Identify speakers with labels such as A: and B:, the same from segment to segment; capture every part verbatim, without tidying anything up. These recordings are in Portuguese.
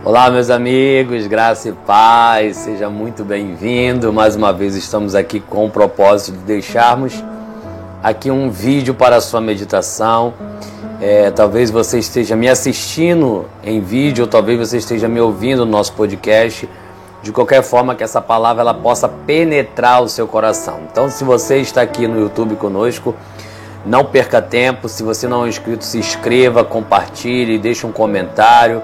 A: Olá, meus amigos, graça e paz, seja muito bem-vindo. Mais uma vez estamos aqui com o propósito de deixarmos aqui um vídeo para a sua meditação. É, talvez você esteja me assistindo em vídeo, ou talvez você esteja me ouvindo no nosso podcast. De qualquer forma, que essa palavra ela possa penetrar o seu coração. Então, se você está aqui no YouTube conosco, não perca tempo. Se você não é inscrito, se inscreva, compartilhe, deixe um comentário.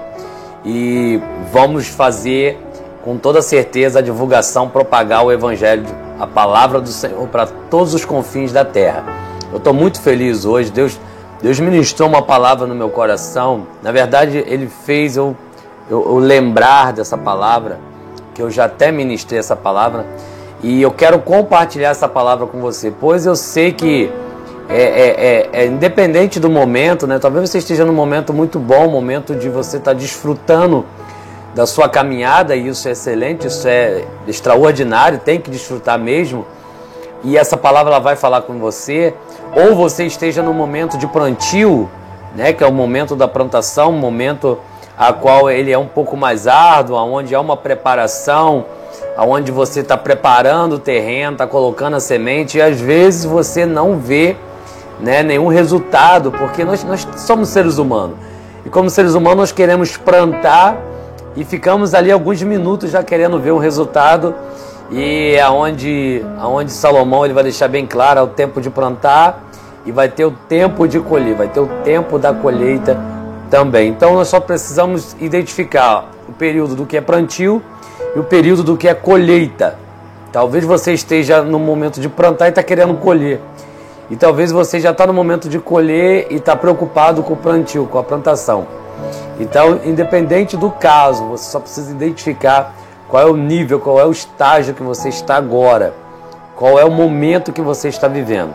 A: E vamos fazer com toda certeza a divulgação, propagar o Evangelho, a palavra do Senhor para todos os confins da terra. Eu estou muito feliz hoje, Deus, Deus ministrou uma palavra no meu coração. Na verdade, Ele fez eu, eu, eu lembrar dessa palavra, que eu já até ministrei essa palavra, e eu quero compartilhar essa palavra com você, pois eu sei que É, é, é, é independente do momento, né? Talvez você esteja num momento muito bom, um momento de você estar desfrutando da sua caminhada, e isso é excelente, isso é extraordinário, tem que desfrutar mesmo, e essa palavra ela vai falar com você. Ou você esteja num momento de plantio, né? Que é o momento da plantação, um momento a qual ele é um pouco mais árduo, onde há uma preparação, onde você está preparando o terreno, está colocando a semente, e às vezes você não vê, né, nenhum resultado, porque nós, nós somos seres humanos, e como seres humanos nós queremos plantar e ficamos ali alguns minutos já querendo ver um resultado, e é onde, onde Salomão ele vai deixar bem claro: é o tempo de plantar e vai ter o tempo de colher, vai ter o tempo da colheita também. Então nós só precisamos identificar o período do que é plantio e o período do que é colheita. Talvez você esteja no momento de plantar e está querendo colher, e talvez você já está no momento de colher e está preocupado com o plantio, com a plantação. Então, independente do caso, você só precisa identificar qual é o nível, qual é o estágio que você está agora, qual é o momento que você está vivendo.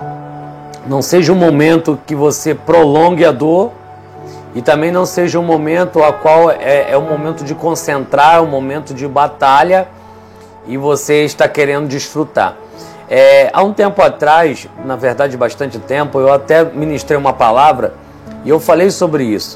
A: Não seja um momento que você prolongue a dor, e também não seja um momento a qual é, é um momento de concentrar, um momento de batalha, e você está querendo desfrutar. É, há um tempo atrás, na verdade bastante tempo, eu até ministrei uma palavra e eu falei sobre isso.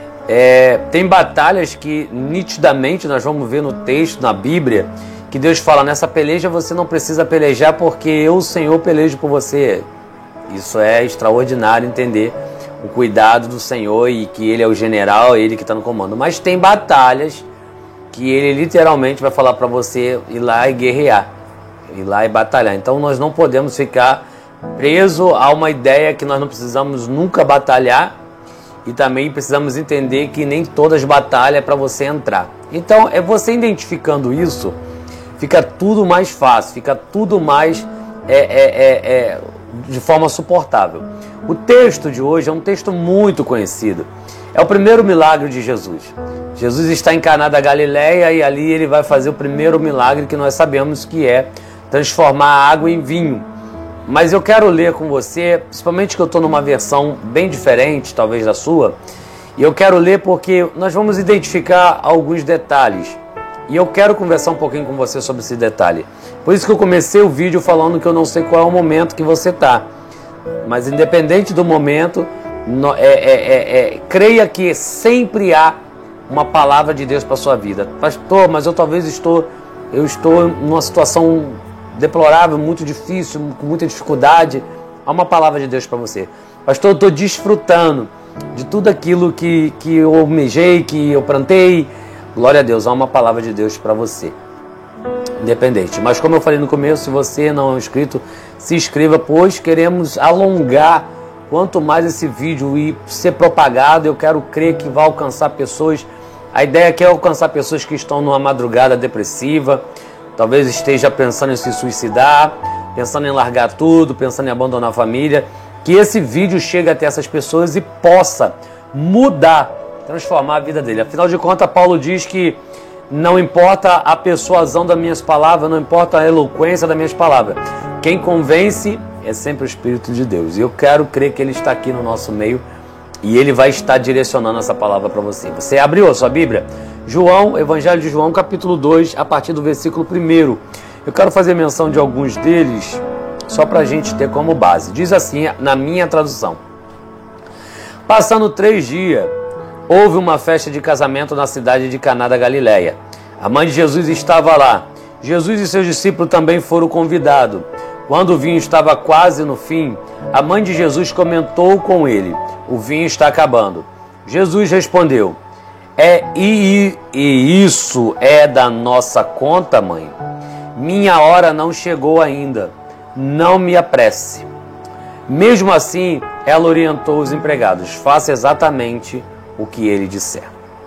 A: É, tem batalhas que nitidamente nós vamos ver no texto, na Bíblia, que Deus fala: nessa peleja você não precisa pelejar, porque eu, o Senhor, pelejo por você. Isso é extraordinário, entender o cuidado do Senhor, e que Ele é o general, Ele que está no comando. Mas tem batalhas que Ele literalmente vai falar para você ir lá e guerrear, ir lá e batalhar. Então nós não podemos ficar preso a uma ideia que nós não precisamos nunca batalhar, e também precisamos entender que nem todas as batalhas é para você entrar. Então é você identificando isso, fica tudo mais fácil, fica tudo mais é, é, é, é, de forma suportável. O texto de hoje é um texto muito conhecido. É o primeiro milagre de Jesus. Jesus está em Caná da Galileia, e ali ele vai fazer o primeiro milagre que nós sabemos, que é transformar a água em vinho. Mas eu quero ler com você, principalmente que eu estou numa versão bem diferente, talvez da sua, e eu quero ler porque nós vamos identificar alguns detalhes, e eu quero conversar um pouquinho com você sobre esse detalhe. Por isso que eu comecei o vídeo falando que eu não sei qual é o momento que você está, mas independente do momento, é, é, é, é, creia que sempre há uma palavra de Deus para a sua vida. Pastor, mas eu talvez estou, eu estou numa situação deplorável, muito difícil, com muita dificuldade. Há uma palavra de Deus para você. Pastor, eu estou desfrutando de tudo aquilo que, que eu almejei, que eu plantei. Glória a Deus, há uma palavra de Deus para você. Independente. Mas como eu falei no começo, se você não é inscrito, se inscreva, pois queremos alongar quanto mais esse vídeo ir ser propagado. Eu quero crer que vai alcançar pessoas. A ideia aqui é alcançar pessoas que estão numa madrugada depressiva, talvez esteja pensando em se suicidar, pensando em largar tudo, pensando em abandonar a família. Que esse vídeo chegue até essas pessoas e possa mudar, transformar a vida dele. Afinal de contas, Paulo diz que não importa a persuasão das minhas palavras, não importa a eloquência das minhas palavras, quem convence é sempre o Espírito de Deus. E eu quero crer que Ele está aqui no nosso meio, e Ele vai estar direcionando essa palavra para você. Você abriu a sua Bíblia? João, Evangelho de João, capítulo dois, a partir do versículo primeiro. Eu quero fazer menção de alguns deles, só para a gente ter como base. Diz assim, na minha tradução: passando três dias, houve uma festa de casamento na cidade de Caná da Galileia. A mãe de Jesus estava lá. Jesus e seus discípulos também foram convidados. Quando o vinho estava quase no fim, a mãe de Jesus comentou com ele: o vinho está acabando. Jesus respondeu: é, e, e isso é da nossa conta, mãe? Minha hora não chegou ainda. Não me apresse. Mesmo assim, ela orientou os empregados: faça exatamente o que ele disser.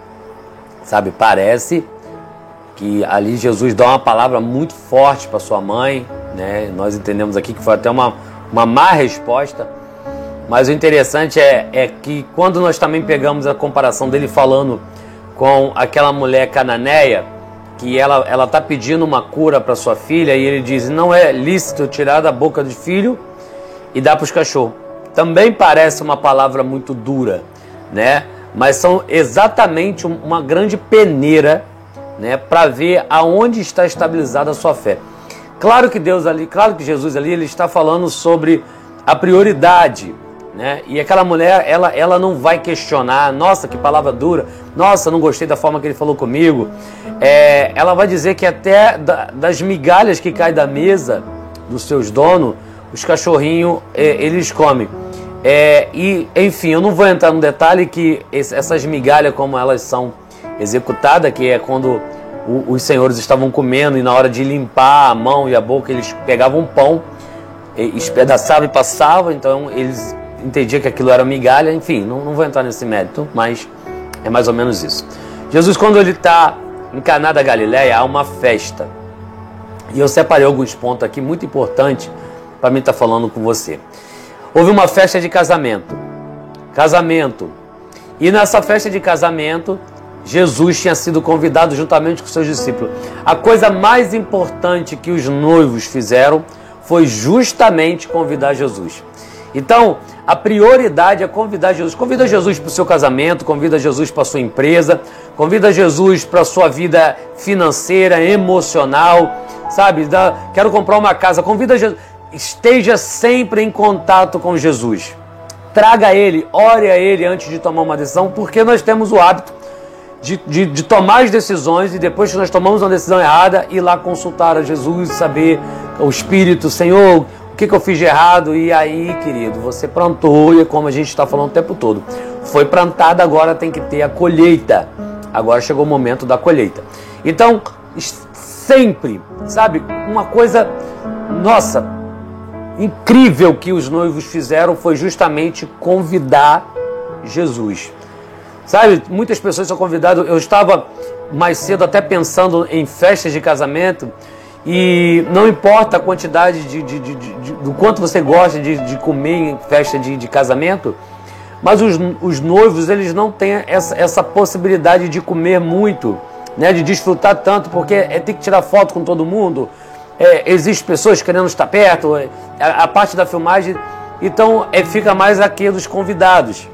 A: Sabe, parece que ali Jesus dá uma palavra muito forte para sua mãe, né? Nós entendemos aqui que foi até uma, uma má resposta, mas o interessante é, é que quando nós também pegamos a comparação dele falando com aquela mulher cananeia, que ela ela está pedindo uma cura para sua filha, e ele diz: não é lícito tirar da boca do filho e dar para os cachorros. Também parece uma palavra muito dura, né? Mas são exatamente uma grande peneira, né, para ver aonde está estabilizada a sua fé. Claro que Deus ali, claro que Jesus ali, ele está falando sobre a prioridade, né? E aquela mulher, ela, ela não vai questionar: nossa, que palavra dura, nossa, não gostei da forma que ele falou comigo. É, ela vai dizer que até da, das migalhas que caem da mesa dos seus donos, os cachorrinhos, é, eles comem. É, e, enfim, eu não vou entrar no detalhe que esse, essas migalhas, como elas são executadas, que é quando o, os senhores estavam comendo e na hora de limpar a mão e a boca, eles pegavam um pão, espedaçavam e passavam, então eles entendiam que aquilo era migalha. Enfim, não, não vou entrar nesse mérito, mas é mais ou menos isso. Jesus, quando ele está em Caná da Galileia, há uma festa. E eu separei alguns pontos aqui muito importantes para mim estar falando com você. Houve uma festa de casamento. Casamento. E nessa festa de casamento, Jesus tinha sido convidado juntamente com seus discípulos. A coisa mais importante que os noivos fizeram foi justamente convidar Jesus. Então, a prioridade é convidar Jesus. Convida Jesus para o seu casamento, convida Jesus para a sua empresa, convida Jesus para a sua vida financeira, emocional, sabe? Da, quero comprar uma casa, convida Jesus. Esteja sempre em contato com Jesus. Traga Ele, ore a Ele antes de tomar uma decisão, porque nós temos o hábito de, de, de tomar as decisões e depois que nós tomamos uma decisão errada, ir lá consultar a Jesus, saber o Espírito, Senhor, o que, que eu fiz de errado? E aí, querido, você plantou, e como a gente está falando o tempo todo, foi plantado, agora tem que ter a colheita. Agora chegou o momento da colheita. Então, sempre, sabe, uma coisa, nossa, incrível que os noivos fizeram foi justamente convidar Jesus. Sabe, muitas pessoas são convidadas. Eu estava mais cedo até pensando em festas de casamento, e não importa a quantidade de, de, de, de, de do quanto você gosta de, de comer em festa de, de casamento, mas os, os noivos, eles não têm essa, essa possibilidade de comer muito, né, de desfrutar tanto, porque é ter que tirar foto com todo mundo. É, existem pessoas querendo estar perto, a, a parte da filmagem, então é, fica mais aqui dos convidados.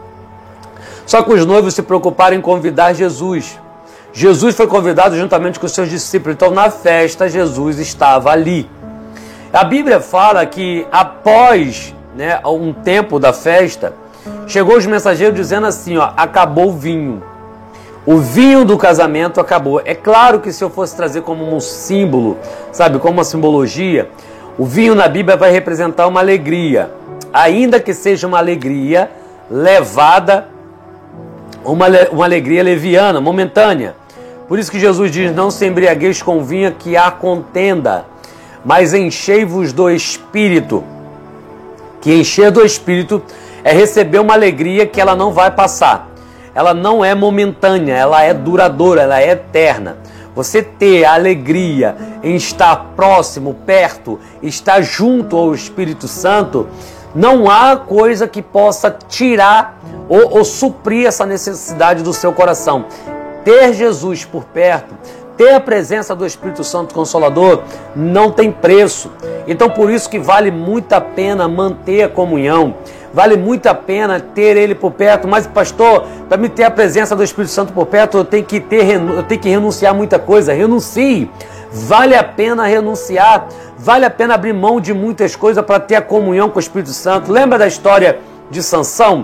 A: Só que os noivos se preocuparam em convidar Jesus. Jesus foi convidado juntamente com os seus discípulos, então na festa Jesus estava ali. A Bíblia fala que após, né, um tempo da festa, chegou os mensageiros dizendo assim, ó, acabou o vinho. O vinho do casamento acabou. É claro que se eu fosse trazer como um símbolo, sabe, como uma simbologia, o vinho na Bíblia vai representar uma alegria. Ainda que seja uma alegria levada, uma, uma alegria leviana, momentânea. Por isso que Jesus diz, não se embriagueis com vinho que há contenda, mas enchei-vos do Espírito. Que encher do Espírito é receber uma alegria que ela não vai passar. Ela não é momentânea, ela é duradoura, ela é eterna. Você ter a alegria em estar próximo, perto, estar junto ao Espírito Santo, não há coisa que possa tirar ou, ou suprir essa necessidade do seu coração. Ter Jesus por perto, ter a presença do Espírito Santo Consolador, não tem preço. Então por isso que vale muito a pena manter a comunhão. Vale muito a pena ter Ele por perto. Mas, pastor, para me ter a presença do Espírito Santo por perto, eu tenho que ter, eu tenho que renunciar a muita coisa. Renuncie. Vale a pena renunciar. Vale a pena abrir mão de muitas coisas para ter a comunhão com o Espírito Santo. Lembra da história de Sansão?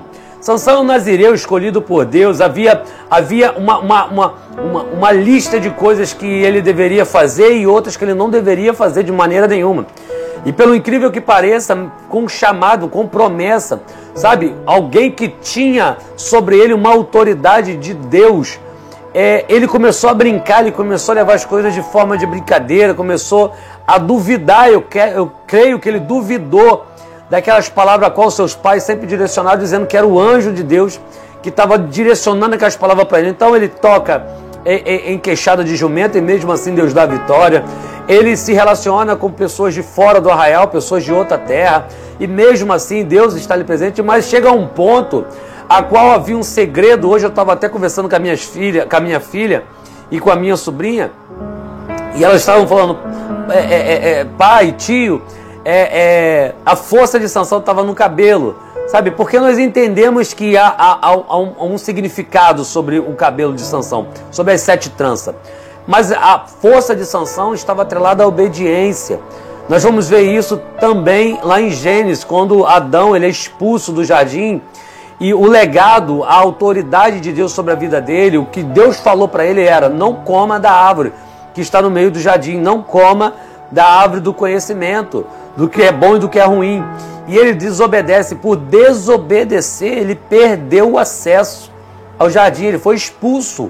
A: Sansão é um nazireu escolhido por Deus. Havia, havia uma, uma, uma, uma, uma lista de coisas que ele deveria fazer e outras que ele não deveria fazer de maneira nenhuma. E pelo incrível que pareça, com chamado, com promessa, sabe? Alguém que tinha sobre ele uma autoridade de Deus. É, ele começou a brincar, ele começou a levar as coisas de forma de brincadeira, começou a duvidar. Eu, que, eu creio que ele duvidou daquelas palavras a qual seus pais sempre direcionaram, dizendo que era o anjo de Deus que estava direcionando aquelas palavras para ele. Então ele toca em, em, em queixada de jumento e mesmo assim Deus dá a vitória. Ele se relaciona com pessoas de fora do arraial, pessoas de outra terra, e mesmo assim Deus está ali presente, mas chega a um ponto a qual havia um segredo. Hoje eu estava até conversando com a, minhas filha, com a minha filha e com a minha sobrinha, e elas estavam falando, é, é, é, pai, tio, é, é, a força de Sansão estava no cabelo, sabe? Porque nós entendemos que há, há, há, um, há um significado sobre o cabelo de Sansão, sobre as sete tranças. Mas a força de Sansão estava atrelada à obediência. Nós vamos ver isso também lá em Gênesis, quando Adão ele é expulso do jardim e o legado, a autoridade de Deus sobre a vida dele, o que Deus falou para ele era: não coma da árvore que está no meio do jardim, não coma da árvore do conhecimento, do que é bom e do que é ruim. E ele desobedece. Por desobedecer, ele perdeu o acesso ao jardim, ele foi expulso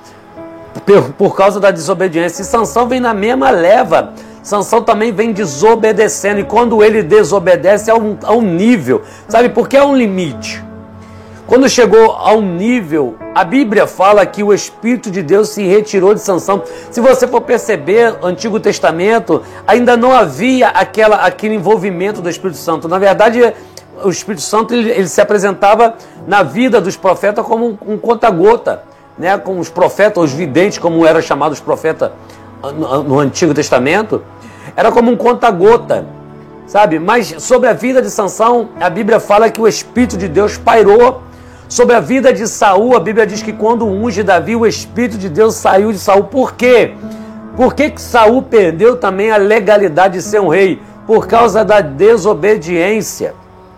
A: por causa da desobediência. E Sansão vem na mesma leva. Sansão também vem desobedecendo. E quando ele desobedece a um, a um nível, sabe, porque é um limite. Quando chegou a um nível, a Bíblia fala que o Espírito de Deus se retirou de Sansão. Se você for perceber, o Antigo Testamento ainda não havia aquela, aquele envolvimento do Espírito Santo. Na verdade, o Espírito Santo ele, ele se apresentava na vida dos profetas como um, um conta-gota, né, com os profetas, os videntes, como eram chamados os profetas no, no Antigo Testamento, era como um conta-gota, sabe? Mas sobre a vida de Sansão, a Bíblia fala que o Espírito de Deus pairou. Sobre a vida de Saul, a Bíblia diz que quando unge Davi, o Espírito de Deus saiu de Saul. Por quê? Por que que Saul perdeu também a legalidade de ser um rei? Por causa da desobediência.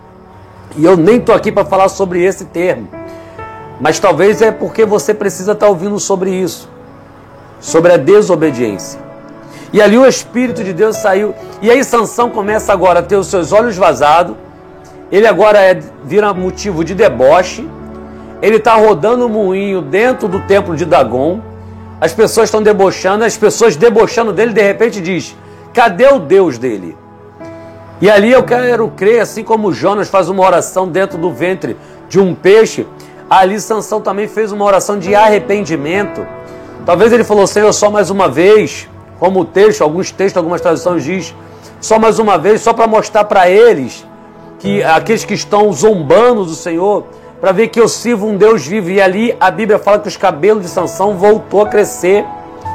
A: E eu nem estou aqui para falar sobre esse termo. Mas talvez é porque você precisa estar ouvindo sobre isso, sobre a desobediência. E ali o Espírito de Deus saiu. E aí Sansão começa agora a ter os seus olhos vazados. Ele agora é, vira motivo de deboche. Ele está rodando o moinho dentro do templo de Dagon. As pessoas estão debochando. As pessoas debochando dele, de repente diz: cadê o Deus dele? E ali eu quero crer, assim como Jonas faz uma oração dentro do ventre de um peixe, ali Sansão também fez uma oração de arrependimento. Talvez ele falou: Senhor, só mais uma vez, como o texto, alguns textos, algumas traduções diz, só mais uma vez, só para mostrar para eles, que aqueles que estão zombando do Senhor, para ver que eu sirvo um Deus vivo. E ali a Bíblia fala que os cabelos de Sansão voltou a crescer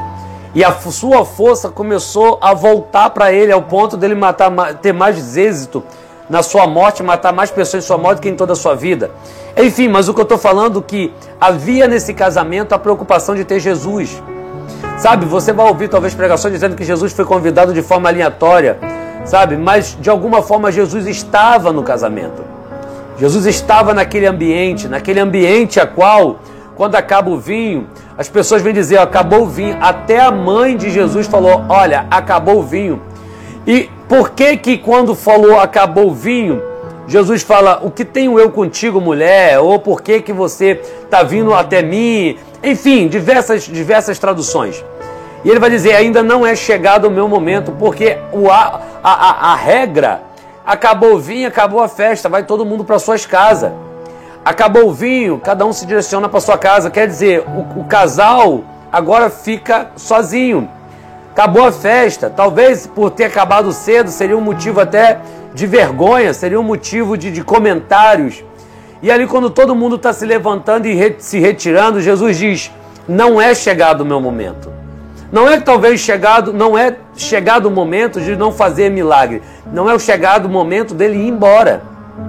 A: e a sua força começou a voltar para ele, ao ponto dele matar, ter mais êxito na sua morte, matar mais pessoas em sua morte que em toda a sua vida. Enfim, mas o que eu estou falando é que havia nesse casamento a preocupação de ter Jesus. Sabe, você vai ouvir talvez pregações dizendo que Jesus foi convidado de forma aleatória, sabe? Mas de alguma forma Jesus estava no casamento. Jesus estava naquele ambiente, naquele ambiente a qual, quando acaba o vinho, as pessoas vêm dizer: acabou o vinho. Até a mãe de Jesus falou: olha, acabou o vinho. E por que que quando falou acabou o vinho, Jesus fala: o que tenho eu contigo, mulher? Ou por que que você está vindo até mim? Enfim, diversas, diversas traduções. E ele vai dizer: ainda não é chegado o meu momento, porque o, a, a, a regra, acabou o vinho, acabou a festa, vai todo mundo para suas casas. Acabou o vinho, cada um se direciona para sua casa. Quer dizer, o, o casal agora fica sozinho. Acabou a festa. Talvez por ter acabado cedo seria um motivo até de vergonha, seria um motivo de, de comentários. E ali quando todo mundo está se levantando e re, se retirando, Jesus diz: não é chegado o meu momento. Não é que talvez chegado, não é chegado o momento de não fazer milagre. Não é o chegado o momento dele ir embora.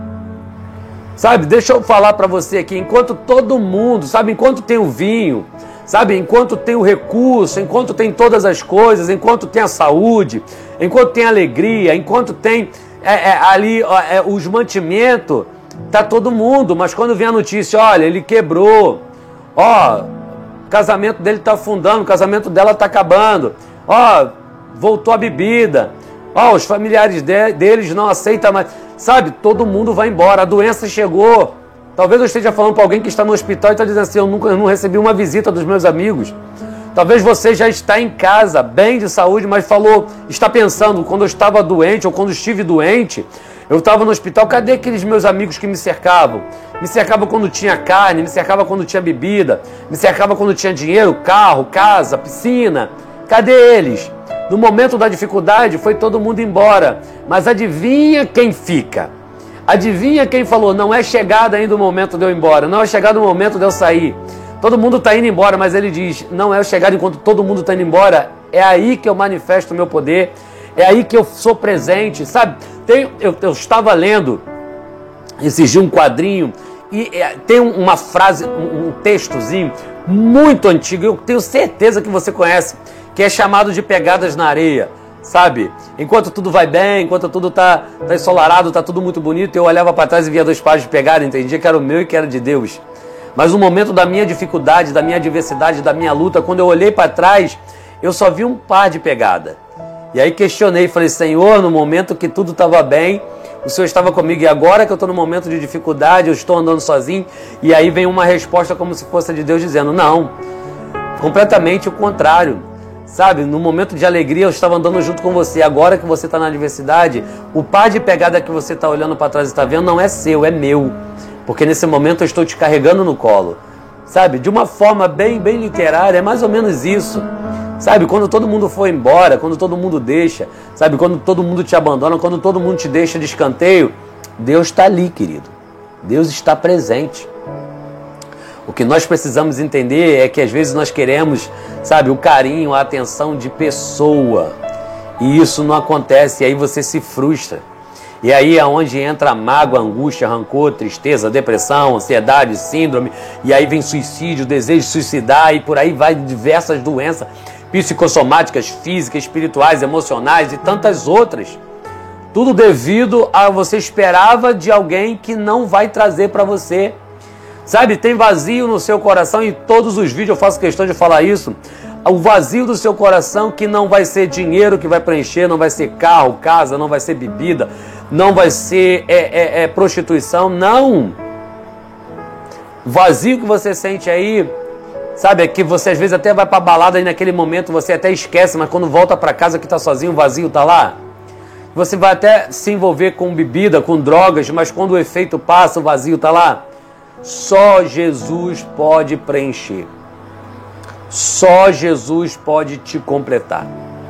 A: Sabe, deixa eu falar para você aqui, enquanto todo mundo, sabe, enquanto tem o vinho, sabe, enquanto tem o recurso, enquanto tem todas as coisas, enquanto tem a saúde, enquanto tem a alegria, enquanto tem é, é, ali é, os mantimentos, tá todo mundo, mas quando vem a notícia, olha, ele quebrou, ó, o casamento dele tá afundando, o casamento dela tá acabando, ó, voltou a bebida, ó, os familiares de, deles não aceitam mais, sabe, todo mundo vai embora, a doença chegou. Talvez eu esteja falando para alguém que está no hospital e está dizendo assim, eu nunca eu não recebi uma visita dos meus amigos. Talvez você já está em casa, bem de saúde, mas falou, está pensando, quando eu estava doente ou quando estive doente, eu estava no hospital, cadê aqueles meus amigos que me cercavam? Me cercavam quando tinha carne, me cercavam quando tinha bebida, me cercavam quando tinha dinheiro, carro, casa, piscina. Cadê eles? No momento da dificuldade, foi todo mundo embora. Mas adivinha quem fica? Adivinha quem falou, não é chegado ainda o momento de eu ir embora, não é chegado o momento de eu sair. Todo mundo está indo embora, mas ele diz, não é chegado enquanto todo mundo está indo embora, é aí que eu manifesto o meu poder, é aí que eu sou presente, sabe? Tem, eu, eu estava lendo esses dias um quadrinho e é, tem uma frase, um, um textozinho muito antigo, eu tenho certeza que você conhece, que é chamado de Pegadas na Areia. Sabe, enquanto tudo vai bem, enquanto tudo tá, tá ensolarado, tá tudo muito bonito, eu olhava para trás e via dois pares de pegada, entendia que era o meu e que era de Deus. Mas no momento da minha dificuldade, da minha adversidade, da minha luta, quando eu olhei para trás, eu só vi um par de pegada. E aí questionei, falei, Senhor, no momento que tudo estava bem, o Senhor estava comigo, e agora que eu estou no momento de dificuldade, eu estou andando sozinho, e aí vem uma resposta como se fosse de Deus dizendo, não, completamente o contrário. Sabe, no momento de alegria eu estava andando junto com você, agora que você está na adversidade, o par de pegada que você está olhando para trás e está vendo não é seu, é meu. Porque nesse momento eu estou te carregando no colo. Sabe, de uma forma bem, bem literária, é mais ou menos isso. Sabe, quando todo mundo for embora, quando todo mundo deixa, sabe, quando todo mundo te abandona, quando todo mundo te deixa de escanteio, Deus está ali, querido. Deus está presente. O que nós precisamos entender é que às vezes nós queremos, sabe, o carinho, a atenção de pessoa. E isso não acontece, e aí você se frustra. E aí é onde entra a mágoa, angústia, rancor, tristeza, depressão, ansiedade, síndrome. E aí vem suicídio, desejo de suicidar e por aí vai diversas doenças psicossomáticas, físicas, espirituais, emocionais e tantas outras. Tudo devido a você esperava de alguém que não vai trazer para você. Sabe, tem vazio no seu coração, e em todos os vídeos eu faço questão de falar isso. O vazio do seu coração que não vai ser dinheiro que vai preencher, não vai ser carro, casa, não vai ser bebida, não vai ser é, é, é, prostituição, não. O vazio que você sente aí, sabe, é que você às vezes até vai pra balada e naquele momento você até esquece, mas quando volta para casa que tá sozinho, o vazio tá lá. Você vai até se envolver com bebida, com drogas, mas quando o efeito passa, o vazio tá lá. Só Jesus pode preencher. Só Jesus pode te completar.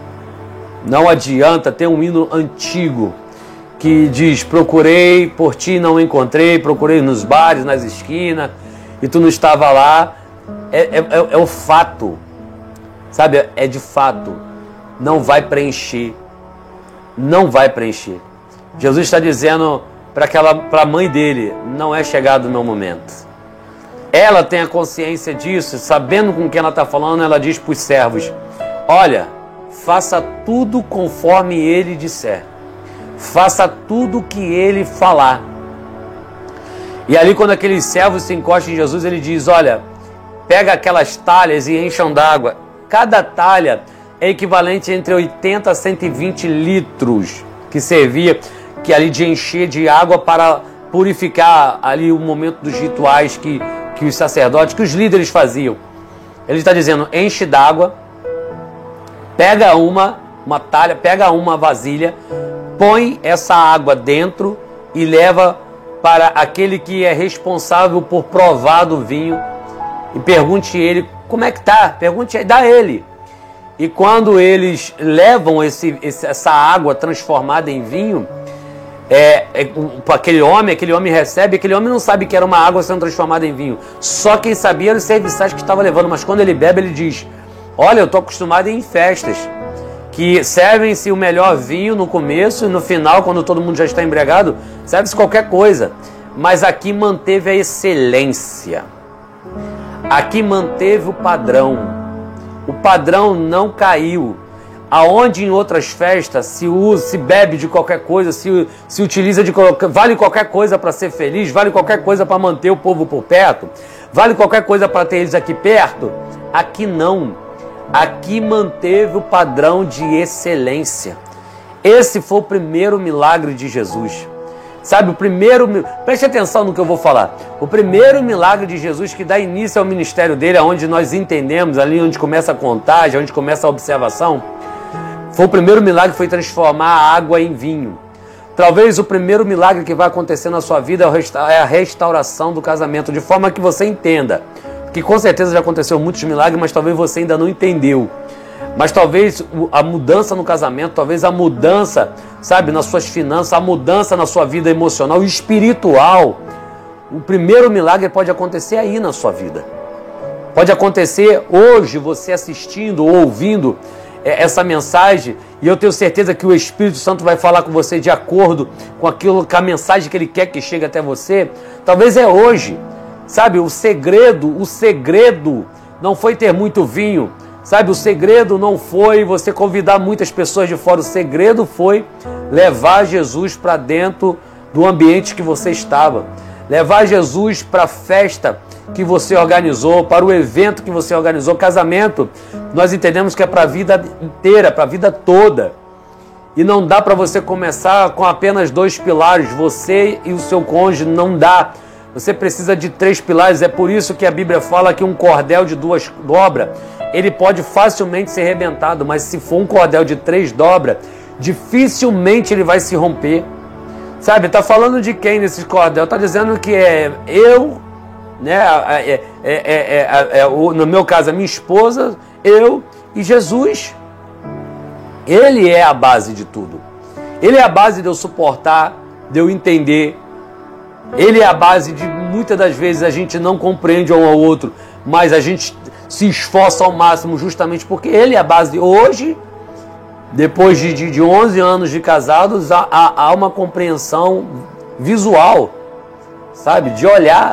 A: Não adianta ter um hino antigo que diz, procurei por ti e não encontrei, procurei nos bares, nas esquinas, e tu não estava lá. É, é, é, é o fato, sabe? É de fato. Não vai preencher. Não vai preencher. Jesus está dizendo para aquela, para a mãe dele, não é chegado o meu momento. Ela tem a consciência disso, sabendo com quem ela está falando, ela diz para os servos, olha, faça tudo conforme ele disser. Faça tudo que ele falar. E ali quando aqueles servos se encostam em Jesus, ele diz, olha, pega aquelas talhas e encham d'água. Cada talha é equivalente entre oitenta a cento e vinte litros que servia que ali de encher de água para purificar ali o momento dos rituais que, que os sacerdotes, que os líderes faziam. Ele está dizendo, enche d'água, pega uma, uma talha, pega uma vasilha, põe essa água dentro e leva para aquele que é responsável por provar do vinho e pergunte a ele como é que tá, pergunte, dá a ele. E quando eles levam esse, esse, essa água transformada em vinho, é, é, aquele homem, aquele homem recebe, aquele homem não sabe que era uma água sendo transformada em vinho. Só quem sabia eram os serviçais que estavam levando. Mas quando ele bebe, ele diz, olha, eu estou acostumado a ir em festas que servem-se o melhor vinho no começo e no final, quando todo mundo já está embriagado, serve-se qualquer coisa. Mas aqui manteve a excelência. Aqui manteve o padrão. O padrão não caiu. aonde em outras festas se usa, se bebe de qualquer coisa, se, se utiliza de vale qualquer coisa para ser feliz, vale qualquer coisa para manter o povo por perto, vale qualquer coisa para ter eles aqui perto. Aqui não. Aqui manteve o padrão de excelência. Esse foi o primeiro milagre de Jesus. Sabe, o primeiro... Preste atenção no que eu vou falar. O primeiro milagre de Jesus que dá início ao ministério dele, onde nós entendemos, ali onde começa a contagem, onde começa a observação, foi o primeiro milagre que foi transformar a água em vinho. Talvez o primeiro milagre que vai acontecer na sua vida é a restauração do casamento, de forma que você entenda. Que com certeza já aconteceu muitos milagres, mas talvez você ainda não entendeu. Mas talvez a mudança no casamento, talvez a mudança, sabe, nas suas finanças, a mudança na sua vida emocional e espiritual, o primeiro milagre pode acontecer aí na sua vida. Pode acontecer hoje, você assistindo ou ouvindo essa mensagem, e eu tenho certeza que o Espírito Santo vai falar com você de acordo com aquilo, com a mensagem que ele quer que chegue até você. Talvez é hoje, sabe, o segredo, o segredo não foi ter muito vinho. Sabe, o segredo não foi você convidar muitas pessoas de fora, o segredo foi levar Jesus para dentro do ambiente que você estava. Levar Jesus para a festa que você organizou, para o evento que você organizou. Casamento, nós entendemos que é para a vida inteira, para a vida toda. E não dá para você começar com apenas dois pilares, você e o seu cônjuge, não dá. Você precisa de três pilares, é por isso que a Bíblia fala que um cordel de duas dobras, ele pode facilmente ser arrebentado, mas se for um cordel de três dobras, dificilmente ele vai se romper. Sabe, está falando de quem nesse cordel? Está dizendo que é eu, né? É, é, é, é, é, é, no meu caso, a minha esposa, eu e Jesus. Ele é a base de tudo. Ele é a base de eu suportar, de eu entender. Ele é a base de muitas das vezes a gente não compreende um ao outro, mas a gente se esforça ao máximo justamente porque ele é a base. De hoje, depois de, de, de onze anos de casados, há, há uma compreensão visual, sabe? De olhar.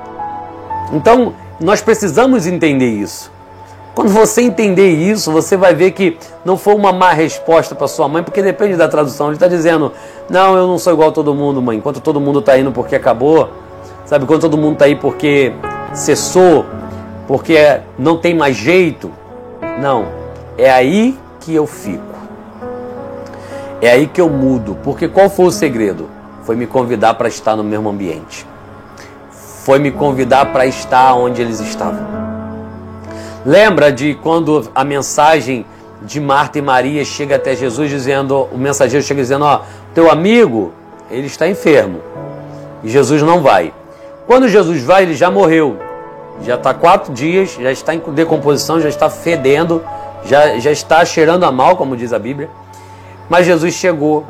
A: Então, nós precisamos entender isso. Quando você entender isso, você vai ver que não foi uma má resposta para sua mãe, porque depende da tradução. Ele está dizendo, não, eu não sou igual a todo mundo, mãe. Enquanto todo mundo está indo porque acabou, sabe? Quando todo mundo está aí porque cessou, porque não tem mais jeito. Não, é aí que eu fico. É aí que eu mudo. Porque qual foi o segredo? Foi me convidar para estar no mesmo ambiente. Foi me convidar para estar onde eles estavam. Lembra de quando a mensagem de Marta e Maria chega até Jesus dizendo, o mensageiro chega dizendo, ó, teu amigo, ele está enfermo. E Jesus não vai. Quando Jesus vai, ele já morreu. Já está quatro dias, já está em decomposição, já está fedendo, já, já está cheirando a mal, como diz a Bíblia. Mas Jesus chegou.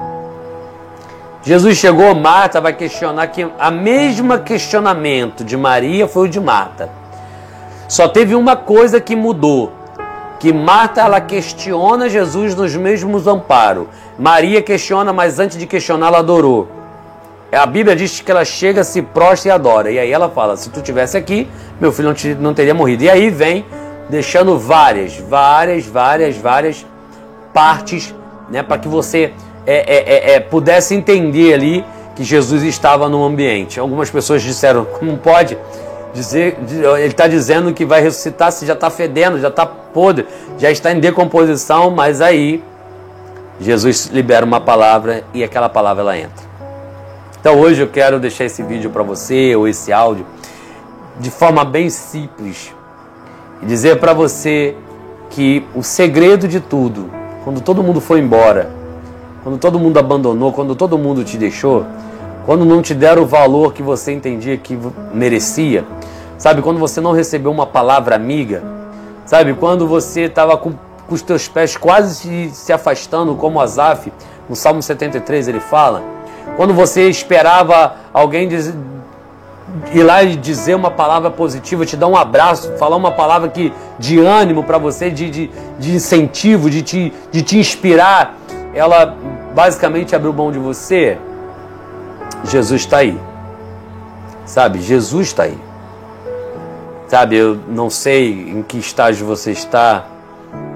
A: Jesus chegou, Marta vai questionar, que a mesma questionamento de Maria foi o de Marta. Só teve uma coisa que mudou, que Marta ela questiona Jesus nos mesmos amparos. Maria questiona, mas antes de questionar ela adorou. A Bíblia diz que ela chega, se prostra e adora. E aí ela fala, se tu estivesse aqui, meu filho não, te, não teria morrido. E aí vem deixando várias, várias, várias, várias partes, né, para que você é, é, é, pudesse entender ali que Jesus estava no ambiente. Algumas pessoas disseram, como pode dizer, ele está dizendo que vai ressuscitar se já está fedendo, já está podre, já está em decomposição, mas aí Jesus libera uma palavra e aquela palavra ela entra. Então hoje eu quero deixar esse vídeo para você, ou esse áudio, de forma bem simples, e dizer para você que o segredo de tudo, quando todo mundo foi embora, quando todo mundo abandonou, quando todo mundo te deixou, quando não te deram o valor que você entendia que merecia, sabe, quando você não recebeu uma palavra amiga, sabe, quando você estava com, com os teus pés quase se, se afastando, como Asaf, no Salmo setenta e três ele fala, quando você esperava alguém dizer, ir lá e dizer uma palavra positiva, te dar um abraço, falar uma palavra que, de ânimo para você, de, de, de incentivo, de te, de te inspirar, ela basicamente abriu mão de você. Jesus está aí, sabe, Jesus está aí, sabe, eu não sei em que estágio você está,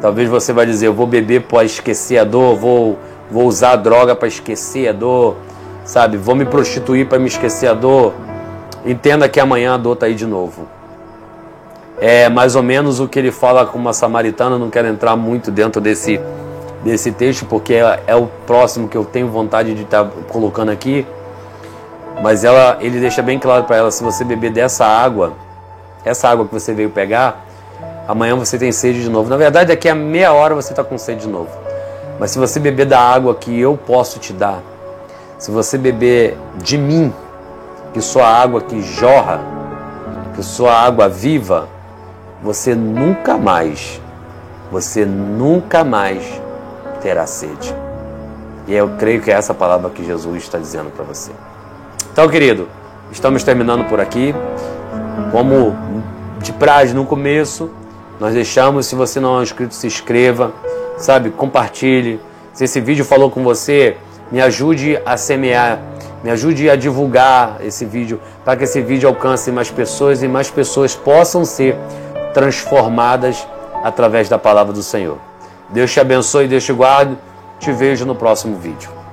A: Talvez você vai dizer, eu vou beber para esquecer a dor, vou, vou usar a droga para esquecer a dor, sabe? Vou me prostituir para me esquecer a dor. Entenda que amanhã a dor está aí de novo. É mais ou menos o que ele fala com uma samaritana, não quero entrar muito dentro desse, desse texto, porque é, é o próximo que eu tenho vontade de estar tá colocando aqui. Mas ela, ele deixa bem claro para ela, se você beber dessa água, essa água que você veio pegar, amanhã você tem sede de novo. Na verdade, daqui a meia hora você está com sede de novo. Mas se você beber da água que eu posso te dar, se você beber de mim, que sou a água que jorra, que sou a água viva, você nunca mais, você nunca mais terá sede. E eu creio que é essa palavra que Jesus está dizendo para você. Então, querido, estamos terminando por aqui. Como de praxe no começo, nós deixamos, se você não é inscrito, se inscreva, sabe, compartilhe. Se esse vídeo falou com você, me ajude a semear, me ajude a divulgar esse vídeo, para que esse vídeo alcance mais pessoas e mais pessoas possam ser transformadas através da palavra do Senhor. Deus te abençoe, Deus te guarde. Te vejo no próximo vídeo.